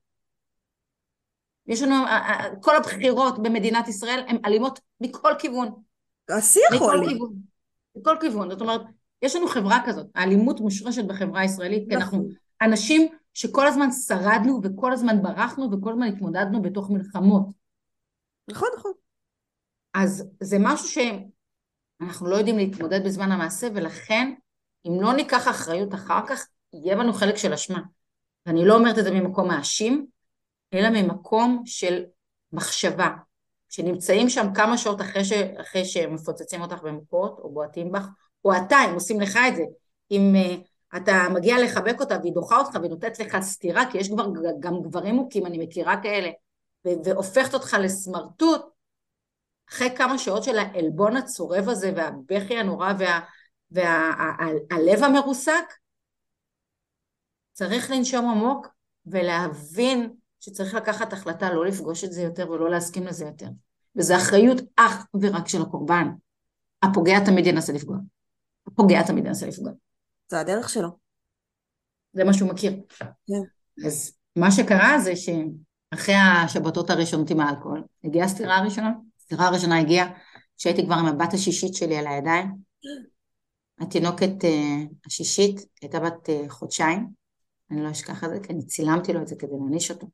יש לנו, כל הבחירות במדינת ישראל הן אלימות מכל כיוון. השיח הוא אלים. מכל כיוון. זאת אומרת, יש לנו חברה כזאת, האלימות מושרשת בחברה הישראלית, כי אנחנו אנשים שכל הזמן שרדנו וכל הזמן ברחנו וכל הזמן התמודדנו בתוך מלחמות. נכון. אז זה משהו אנחנו לא יודעים להתמודד בזמן המעשה, ולכן, אם לא ניקח אחריות אחר כך, יהיה בנו חלק של אשמה. ואני לא אומרת את זה ממקום מאשים, אלא ממקום של מחשבה, שנמצאים שם כמה שעות אחרי שמפוצצים אותך במכות, או בועטים בך, או אתה, הם עושים לך את זה. אם אתה מגיע לחבק אותה, והיא דוחה אותך, והיא נותנת לך סתירה, כי יש כבר גם גברים מוכים, אני מכירה כאלה, והופכת אותך לסמרטוט, אחרי כמה שעות של העלבון הצורב הזה, והבכי הנורא, והלב המרוסק, צריך לנשום עמוק, ולהבין שצריך לקחת החלטה לא לפגוש את זה יותר, ולא להסכים לזה יותר. וזו אחריות אך ורק של הקורבן. הפוגע תמיד ינסה לפגוע. הפוגע תמיד ינסה לפגוע. זה הדרך שלו. זה מה שהוא מכיר. כן. אז מה שקרה זה שאחרי השבתות הראשונות עם האלכוהול, הגיעה הסתירה הראשונה. הסתירה הראשונה הגיעה כשהייתי כבר עם הבת השישית שלי על הידיים. התינוקת השישית הייתה בת חודשיים. אני לא אשכח את זה, כי אני צילמתי לו את זה כדי להניש אותו.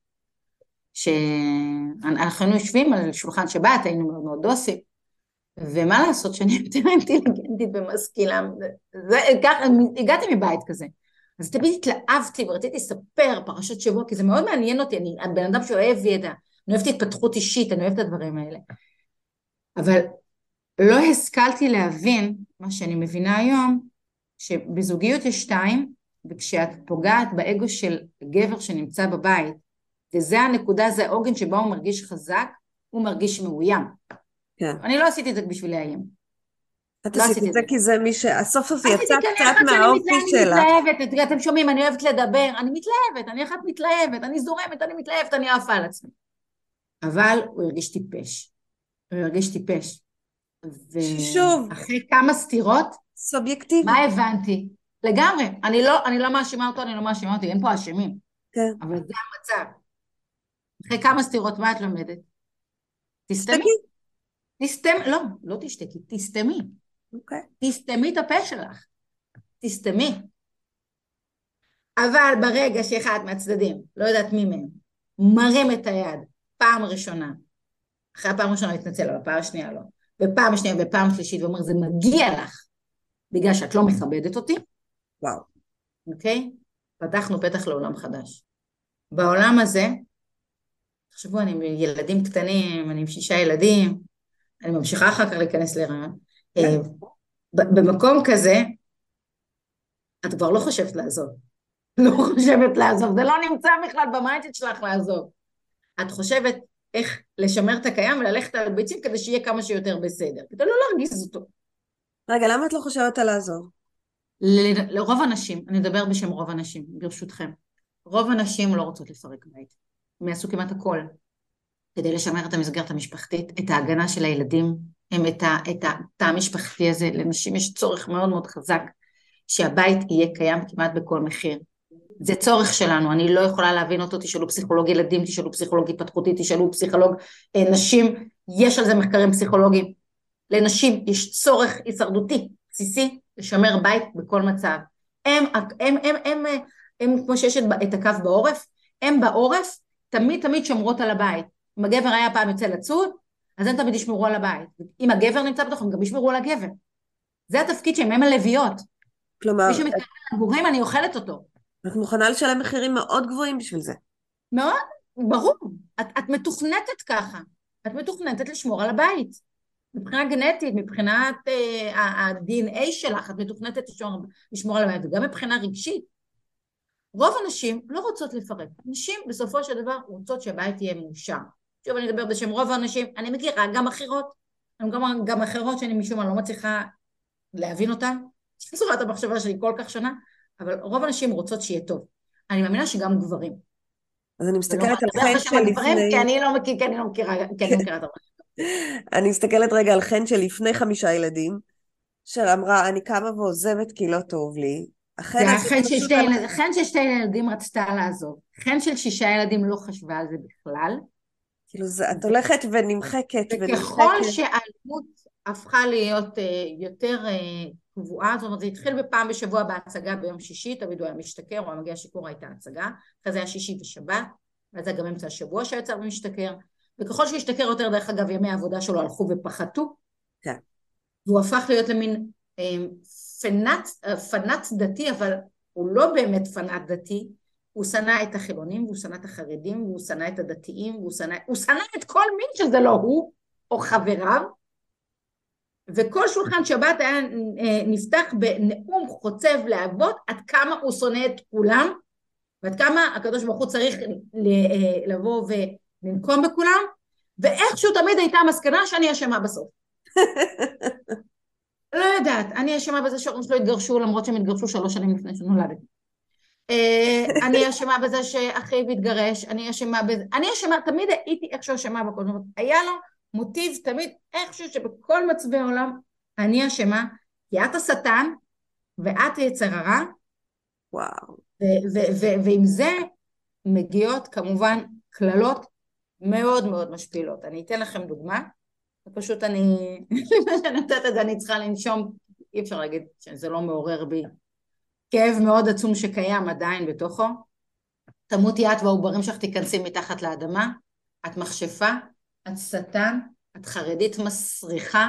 שאנחנו יושבים על שולחן שבת, היינו מאוד מאוד דוסים, ומה לעשות שאני יותר אינטליגנטית ומשכילה, הגעתי מבית כזה, אז תמיד התלהבתי ורציתי לספר פרשת שבוע, כי זה מאוד מעניין אותי, אני בן אדם שאוהב ידע, אני אוהבת התפתחות אישית, אני אוהבת את הדברים האלה, אבל לא השכלתי להבין, מה שאני מבינה היום, שבזוגיות יש שתיים, וכשאת פוגעת באגו של גבר שנמצא בבית, וזה הנקודה, זה העוגן שבה הוא מרגיש חזק, הוא מרגיש מאוים. כן. אני לא עשיתי את זה בשביל להיים. את עשית את זה כי זה מי שהסוף הזה יצא קצת מהאופי שלה. אתם שומעים, אני אוהבת לדבר, אני מתלהבת, אני אחת מתלהבת, אני זורמת, אני מתלהבת, אני עפה על עצמי. אבל הוא הרגיש טיפש. הוא הרגיש טיפש. ששוב. אחרי כמה סתירות, סובייקטיבי. מה הבנתי? לגמרי. אני לא מאשימה אותו, אני לא מאשימה אותי, אין פה אשמים. כן. אבל זה המצב. אחרי כמה סתירות, מה את לומדת? תסתמי. לא, לא תשתקי, תסתמי. אוקיי. תסתמי את הפה שלך. תסתמי. אבל ברגע שאחד מהצדדים, לא יודעת מי מהם, מרים את היד, פעם ראשונה, אחרי הפעם הראשונה התנצל, אבל הפעם השנייה לא, ופעם השנייה ופעם שלישית, ואומר, זה מגיע לך, בגלל שאת לא מכבדת אותי. וואו. אוקיי? פתחנו פתח לעולם חדש. בעולם הזה, תחשבו, אני עם ילדים קטנים, אני עם 6 ילדים, אני ממשיכה אחר כך להיכנס להיריון. במקום כזה, את כבר לא חושבת לעזוב. לא חושבת לעזוב, זה לא נמצא בכלל במיינדסט שלך לעזוב. את חושבת איך לשמר את הקיים וללכת על ביצים כדי שיהיה כמה שיותר בסדר, כדי לא להרגיז אותו. רגע, למה את לא חושבת על לעזוב? לרוב אנשים, אני אדבר בשם רוב אנשים, ברשותכם. רוב אנשים לא רוצות לפרק בית. הם יעשו כמעט הכל. כדי לשמר את המסגרת המשפחתית, את ההגנה של הילדים, הם את התא המשפחתי הזה, לנשים יש צורך מאוד מאוד חזק, שהבית יהיה קיים כמעט בכל מחיר. זה צורך שלנו, אני לא יכולה להבין אותו, תשאלו פסיכולוג ילדים, תשאלו פסיכולוג התפתחותי, תשאלו פסיכולוג נשים, יש על זה מחקרים פסיכולוגיים. לנשים יש צורך הישרדותי, בסיסי, לשמר בית בכל מצב. הם כמו שיש את הקו בעורף, הם בעורף תמיד שמרות על הבית. אם הגבר היה פעם יוצא לצוד, אז הם תמיד ישמרו על הבית. אם הגבר נמצא בתוך, הם גם ישמרו על הגבר. זה התפקיד שהם הלוויות. כלומר, מי שמתקרב לגורים, אני אוכלת אותו. את מוכנה לשלם מחירים מאוד גבוהים בשביל זה. מאוד, ברור. את מתוכנתת ככה. את מתוכנתת לשמור על הבית. מבחינה גנטית, מבחינת ה-DNA שלך, את מתוכנתת לשמור על הבית, וגם מבחינה רגשית. רוב הנשים לא רוצות לפרק. נשים בסופו של דבר רוצות שהבית יהיה מאושר. שוב, אני אדבר בשם רוב האנשים, אני מכירה גם אחרות, גם אחרות שאני משום מה לא מצליחה להבין אותן, צורת המחשבה שלי כל כך שונה, אבל רוב הנשים רוצות שיהיה טוב. אני מאמינה שגם גברים. אז אני מסתכלת על חן שלפני... כי אני לא מכירה את הרבה. אני מסתכלת רגע על חן שלפני 5 ילדים, שאמרה, אני קמה ועוזבת כי לא טוב לי. חן של 2 ילדים רצתה לעזוב. חן של 6 ילדים לא חשבה על זה בכלל. כאילו, את הולכת ונמחקת. וככל שהאלימות הפכה להיות יותר קבועה, זאת אומרת, זה התחיל בפעם בשבוע בהצגה ביום שישי, תמיד הוא היה משתכר, הוא היה מגיע שיכור, הייתה הצגה, אחרי זה היה שישי ושבת, וזה גם אמצע השבוע שיצא ומשתכר, וככל שהוא השתכר יותר, דרך אגב, ימי העבודה שלו הלכו ופחתו. כן. והוא הפך להיות למין פנאט דתי, אבל הוא לא באמת פנאט דתי, הוא שנא את החילונים, והוא שנא את החרדים, והוא שנא את הדתיים, הוא שנא את כל מין שזה לא הוא, או חבריו, וכל שולחן שבת היה נפתח בנאום חוצב להבות, עד כמה הוא שונא את כולם, ועד כמה הקדוש ברוך הוא צריך לבוא ולנקום בכולם, ואיכשהו תמיד הייתה המסקנה שאני אשמה בסוף. לא יודעת, אני אשמה בזה שהורים שלו התגרשו, למרות שהם התגרשו 3 שנים לפני שנולדתי. אני אשמה בזה שאחיו התגרש, אני אשמה, תמיד הייתי איכשהו אשמה בכל זאת. היה לו מוטיב תמיד איכשהו שבכל מצבי העולם אני אשמה, כי את השטן ואת יצר הרע, וואו. ועם זה מגיעות כמובן כללות מאוד מאוד משפילות. אני אתן לכם דוגמה, ופשוט לפני שאני נותנת את זה אני צריכה לנשום, אי אפשר להגיד שזה לא מעורר בי כאב מאוד עצום שקיים עדיין בתוכו. תמותי את והעוברים שלך תיכנסי מתחת לאדמה, את מכשפה, את שטן, את חרדית מסריחה,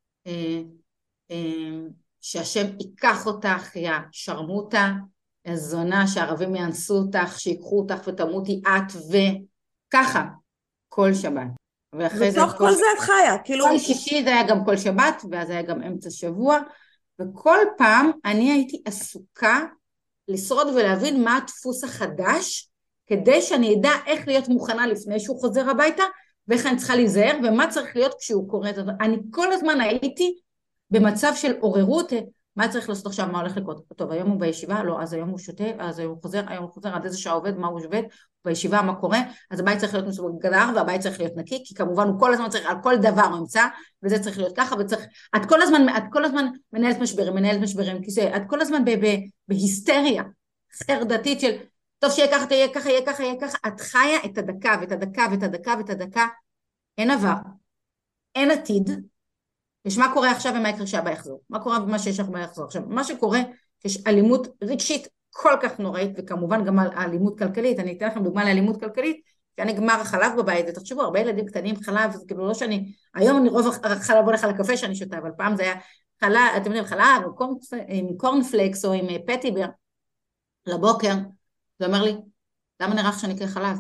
שהשם ייקח אותך, יא שרמוטה, הזונה, שהערבים יאנסו אותך, שיקחו אותך ותמותי את, וככה, כל שבת. בתוך כל זה את חיה, כאילו... כל שישי זה היה גם כל שבת, ואז היה גם אמצע שבוע, וכל פעם אני הייתי עסוקה לשרוד ולהבין מה הדפוס החדש, כדי שאני אדע איך להיות מוכנה לפני שהוא חוזר הביתה, ואיך אני צריכה להיזהר, ומה צריך להיות כשהוא קורא את זה. אני כל הזמן הייתי במצב של עוררות, מה צריך לעשות עכשיו, מה הולך לקרות? טוב, היום הוא בישיבה, לא, אז היום הוא שותה, אז היום הוא חוזר, עד איזה שעה עובד, מה הוא עובד, בישיבה, מה קורה, אז הבית צריך להיות מסוגדר, והבית צריך להיות נקי, כי כמובן הוא כל הזמן צריך, על כל דבר הוא ימצא, וזה צריך להיות ככה, וצריך, את כל הזמן מנהלת משברים, כי זה, את כל הזמן בהיסטריה, חרדתית של, טוב שיהיה ככה, תהיה ככה, יהיה ככה, יהיה ככה, את חיה את הדקה, ואת הדקה, ואת הדקה, ואת הדקה, אין עבר, אין עתיד, ומה קורה עכשיו ומה יקרה שהבא יחזור? מה קורה ומה שיש לך יחזור? עכשיו, מה שקורה, יש אלימות רגשית כל כך נוראית, וכמובן גם על אלימות כלכלית. אני אתן לכם דוגמה לאלימות כלכלית, כי אני גמר החלב בבית, ותחשבו, הרבה ילדים קטנים, חלב, זה כאילו לא שאני, היום אני רוב החלב הולך על הקפה שאני שותה, אבל פעם זה היה חלב, אתם יודעים, חלב, עם קורנפלקס או עם פטיבר, לבוקר, זה אומר לי, למה נראה לך שאני אקרא חלב?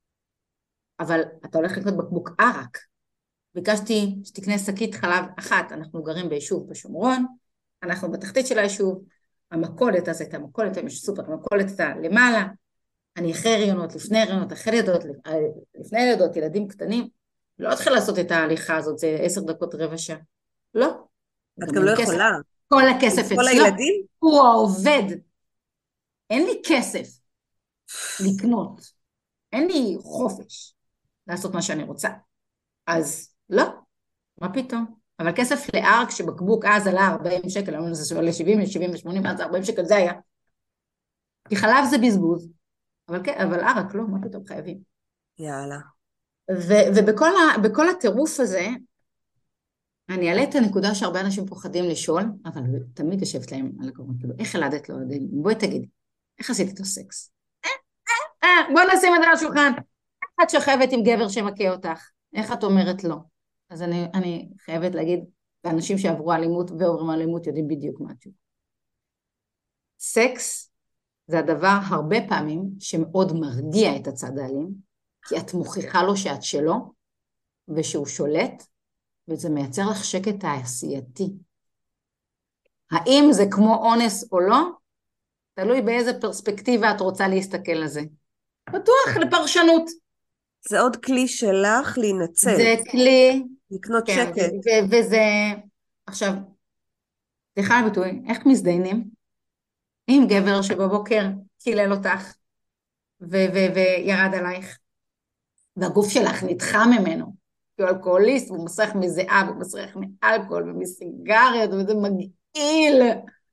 אבל אתה הולך לקנות בקבוק ערק, ביקשתי שתקנה שקית חלב אחת, אנחנו גרים ביישוב בשומרון, אנחנו בתחתית של היישוב, המכולת, אז הייתה מכולת, יש סופר, המכולת הייתה למעלה, אני אחרי הריונות, לפני הריונות, אחרי לידות, לפני לידות, ילדים קטנים, לא התחיל לעשות את ההליכה הזאת, זה 10 דקות, רבע שעה, לא. את גם לא יכולה. כל הכסף אצלו, הילדים? הוא העובד, אין לי כסף לקנות, אין לי חופש לעשות מה שאני רוצה, אז לא, מה פתאום? אבל כסף לארק שבקבוק אז עלה 40 שקל, היום זה עולה 70, 70 ו-80, אז 40 שקל זה היה. כי חלב זה בזבוז, אבל ארק לא, מה פתאום חייבים. יאללה. ובכל הטירוף הזה, אני אעלה את הנקודה שהרבה אנשים פוחדים לשאול, אבל תמיד יושבת להם על הקורונה, כאילו, איך ילדת לו? בואי תגידי, איך עשית איתו סקס? בואי נשים את זה על השולחן. איך את שוכבת עם גבר שמכה אותך? איך את אומרת לא? אז אני חייבת להגיד, ואנשים שעברו אלימות ועוברים אלימות יודעים בדיוק מה התשובה. סקס זה הדבר הרבה פעמים שמאוד מרגיע את הצד האלים, כי את מוכיחה לו שאת שלו, ושהוא שולט, וזה מייצר לך שקט העשייתי. האם זה כמו אונס או לא? תלוי באיזה פרספקטיבה את רוצה להסתכל על זה. בטוח לפרשנות. זה עוד כלי שלך להינצל. זה כלי... לקנות כן, שקט. וזה... עכשיו, סליחה על ביטוי, איך מזדיינים? עם גבר שבבוקר קילל אותך, וירד עלייך, והגוף שלך נדחה ממנו, כי הוא אלכוהוליסט, הוא מסריח מזיעה, הוא מסריח מאלכוהול ומסיגריות, וזה מגעיל.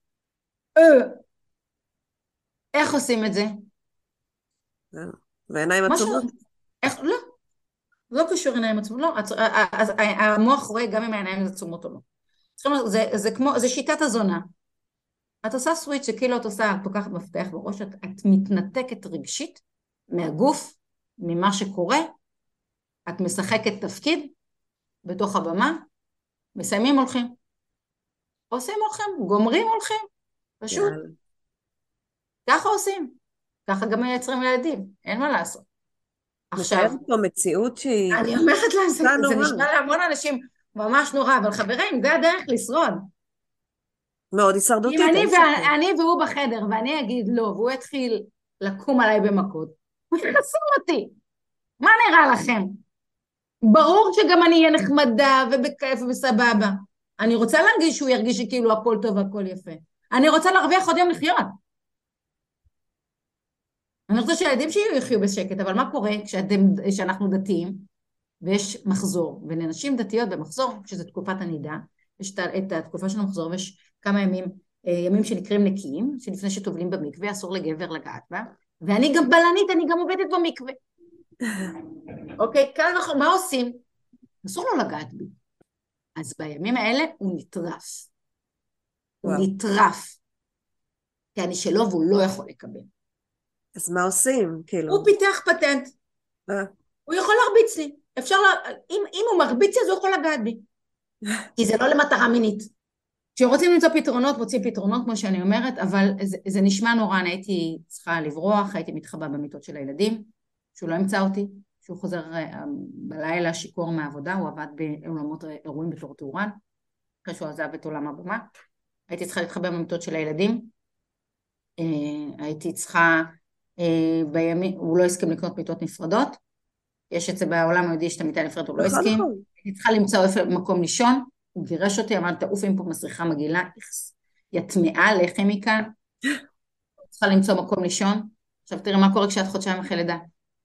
איך עושים את זה? ועיניים עצומות? איך? לא. לא קשור עיניים עצומות, לא. אז המוח רואה גם אם העיניים עצומות או לא. זה שיטת הזונה. את עושה סוויץ' שכאילו את עושה, את לוקחת מפתח בראש, את מתנתקת רגשית מהגוף, ממה שקורה, את משחקת תפקיד בתוך הבמה, מסיימים הולכים. עושים הולכים, גומרים הולכים, פשוט. יאללה. ככה עושים. ככה גם מייצרים ילדים, אין מה לעשות. עכשיו, מתארת פה מציאות שהיא... אני אומרת להם, זה נורא. נשמע להמון אנשים ממש נורא, אבל חברים, זה הדרך לשרוד. מאוד אם הישרדותית. אני והוא בחדר, ואני אגיד לא, והוא יתחיל לקום עליי במכות, הוא יחסום אותי. מה נראה לכם? ברור שגם אני אהיה נחמדה ובכיף ובסבבה. אני רוצה להרגיש שהוא ירגיש שכאילו הכל טוב והכל יפה. אני רוצה להרוויח עוד יום לחיות. אני רוצה שהילדים שלי יחיו בשקט, אבל מה קורה כשאנחנו דתיים, ויש מחזור, ולנשים דתיות במחזור, שזה תקופת הנידה, יש את התקופה של המחזור, ויש כמה ימים שנקראים נקיים, שלפני שטובלים במקווה, אסור לגבר לגעת בה, ואני גם בלנית, אני גם עובדת במקווה. אוקיי, כאן אנחנו, מה עושים? אסור לו לגעת בי. אז בימים האלה הוא נטרף. הוא נטרף. כי אני שלו והוא לא יכול לקבל. אז מה עושים? כאילו? הוא פיתח פטנט. הוא יכול להרביץ לי. אם הוא מרביץ לי, אז הוא יכול לגעת בי. כי זה לא למטרה מינית. כשרוצים למצוא פתרונות, מוצאים פתרונות, כמו שאני אומרת, אבל זה נשמע נורא, אני הייתי צריכה לברוח, הייתי מתחבא במיטות של הילדים, שהוא לא ימצא אותי, שהוא חוזר בלילה שיקור מהעבודה, הוא עבד באולמות אירועים בתור תאורן, אחרי שהוא עזב את עולם הבמה, הייתי צריכה להתחבא במיטות של הילדים, הייתי צריכה, הוא לא הסכים לקנות מיטות נפרדות, יש את זה בעולם היהודי שאתה מיטה נפרדת, הוא לא הסכים, הייתי צריכה למצוא מקום לישון, הוא גירש אותי, אמר, תעוף עם פה מסריחה מגעילה, יטמעה לחם מכאן, צריכה למצוא מקום לישון, עכשיו תראי מה קורה כשאת חודשיים אחרי לידה.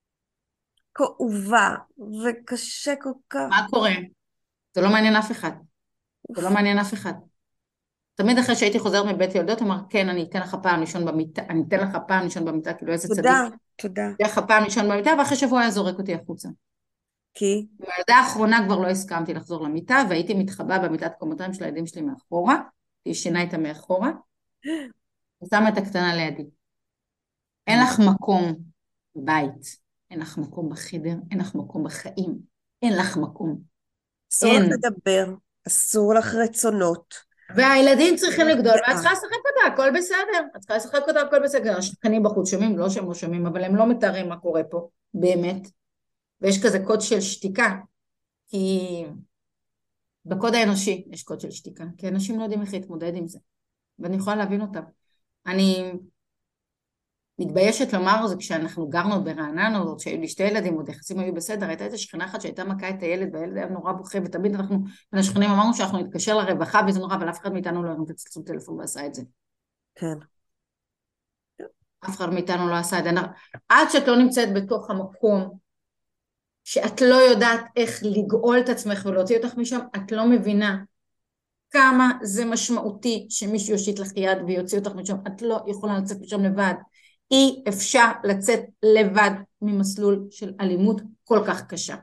כאובה, וקשה כל כך. מה קורה? זה לא מעניין אף אחד. זה לא מעניין אף אחד. תמיד אחרי שהייתי חוזרת מבית יולדות, אמר, כן, אני אתן לך פעם לישון במיטה, אני אתן לך פעם לישון במיטה, כאילו איזה צדיק. תודה. אתן לך פעם לישון במיטה, ואחרי שבוע היה זורק אותי החוצה. כי? בילדה האחרונה כבר לא הסכמתי לחזור למיטה, והייתי מתחבאה במיטת קומותיים של הילדים שלי מאחורה, היא שינה איתה מאחורה, ושמה את הקטנה לידי. אין לך מקום בבית, אין לך מקום בחדר, אין לך מקום בחיים, אין לך מקום. אסור לך לדבר, אסור לך רצונות. והילדים צריכים לגדול, ואת צריכה לשחק אותה, הכל בסדר. את צריכה לשחק אותה, הכל בסדר. השחקנים בחוץ שומעים, לא שהם לא שומעים, אבל הם לא מתארים מה קורה פה, באמת. ויש כזה קוד של שתיקה, כי בקוד האנושי יש קוד של שתיקה, כי אנשים לא יודעים איך להתמודד עם זה. ואני יכולה להבין אותם. אני מתביישת לומר זה כשאנחנו גרנו ברעננה, או שהיו לי שתי ילדים, עוד יחסים היו בסדר, הייתה איזו שכנה אחת שהייתה מכה את הילד, והילד היה נורא בוכה, ותמיד אנחנו, השכנים אמרנו שאנחנו נתקשר לרווחה, וזה נורא, אבל אף אחד מאיתנו לא הרים את הצלצול טלפון ועשה את זה. כן. אף אחד מאיתנו לא עשה את זה. עד שאת לא נמצאת בתוך המקום, שאת לא יודעת איך לגאול את עצמך ולהוציא אותך משם, את לא מבינה כמה זה משמעותי שמישהו יושיט לך יד ויוציא אותך משם, את לא יכולה לצאת משם לבד. אי אפשר לצאת לבד ממסלול של אלימות כל כך קשה.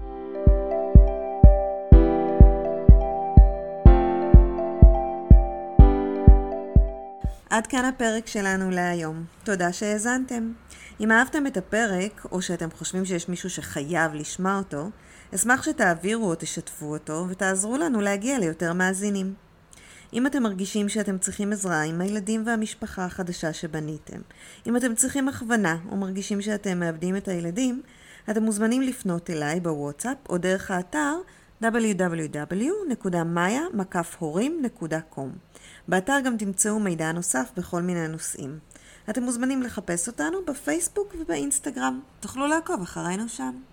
עד כאן הפרק שלנו להיום. תודה שהאזנתם. אם אהבתם את הפרק, או שאתם חושבים שיש מישהו שחייב לשמוע אותו, אשמח שתעבירו או תשתפו אותו, ותעזרו לנו להגיע ליותר מאזינים. אם אתם מרגישים שאתם צריכים עזרה עם הילדים והמשפחה החדשה שבניתם, אם אתם צריכים הכוונה או מרגישים שאתם מאבדים את הילדים, אתם מוזמנים לפנות אליי בוואטסאפ או דרך האתר www.maya-horim.com. באתר גם תמצאו מידע נוסף בכל מיני נושאים. אתם מוזמנים לחפש אותנו בפייסבוק ובאינסטגרם. תוכלו לעקוב אחרינו שם.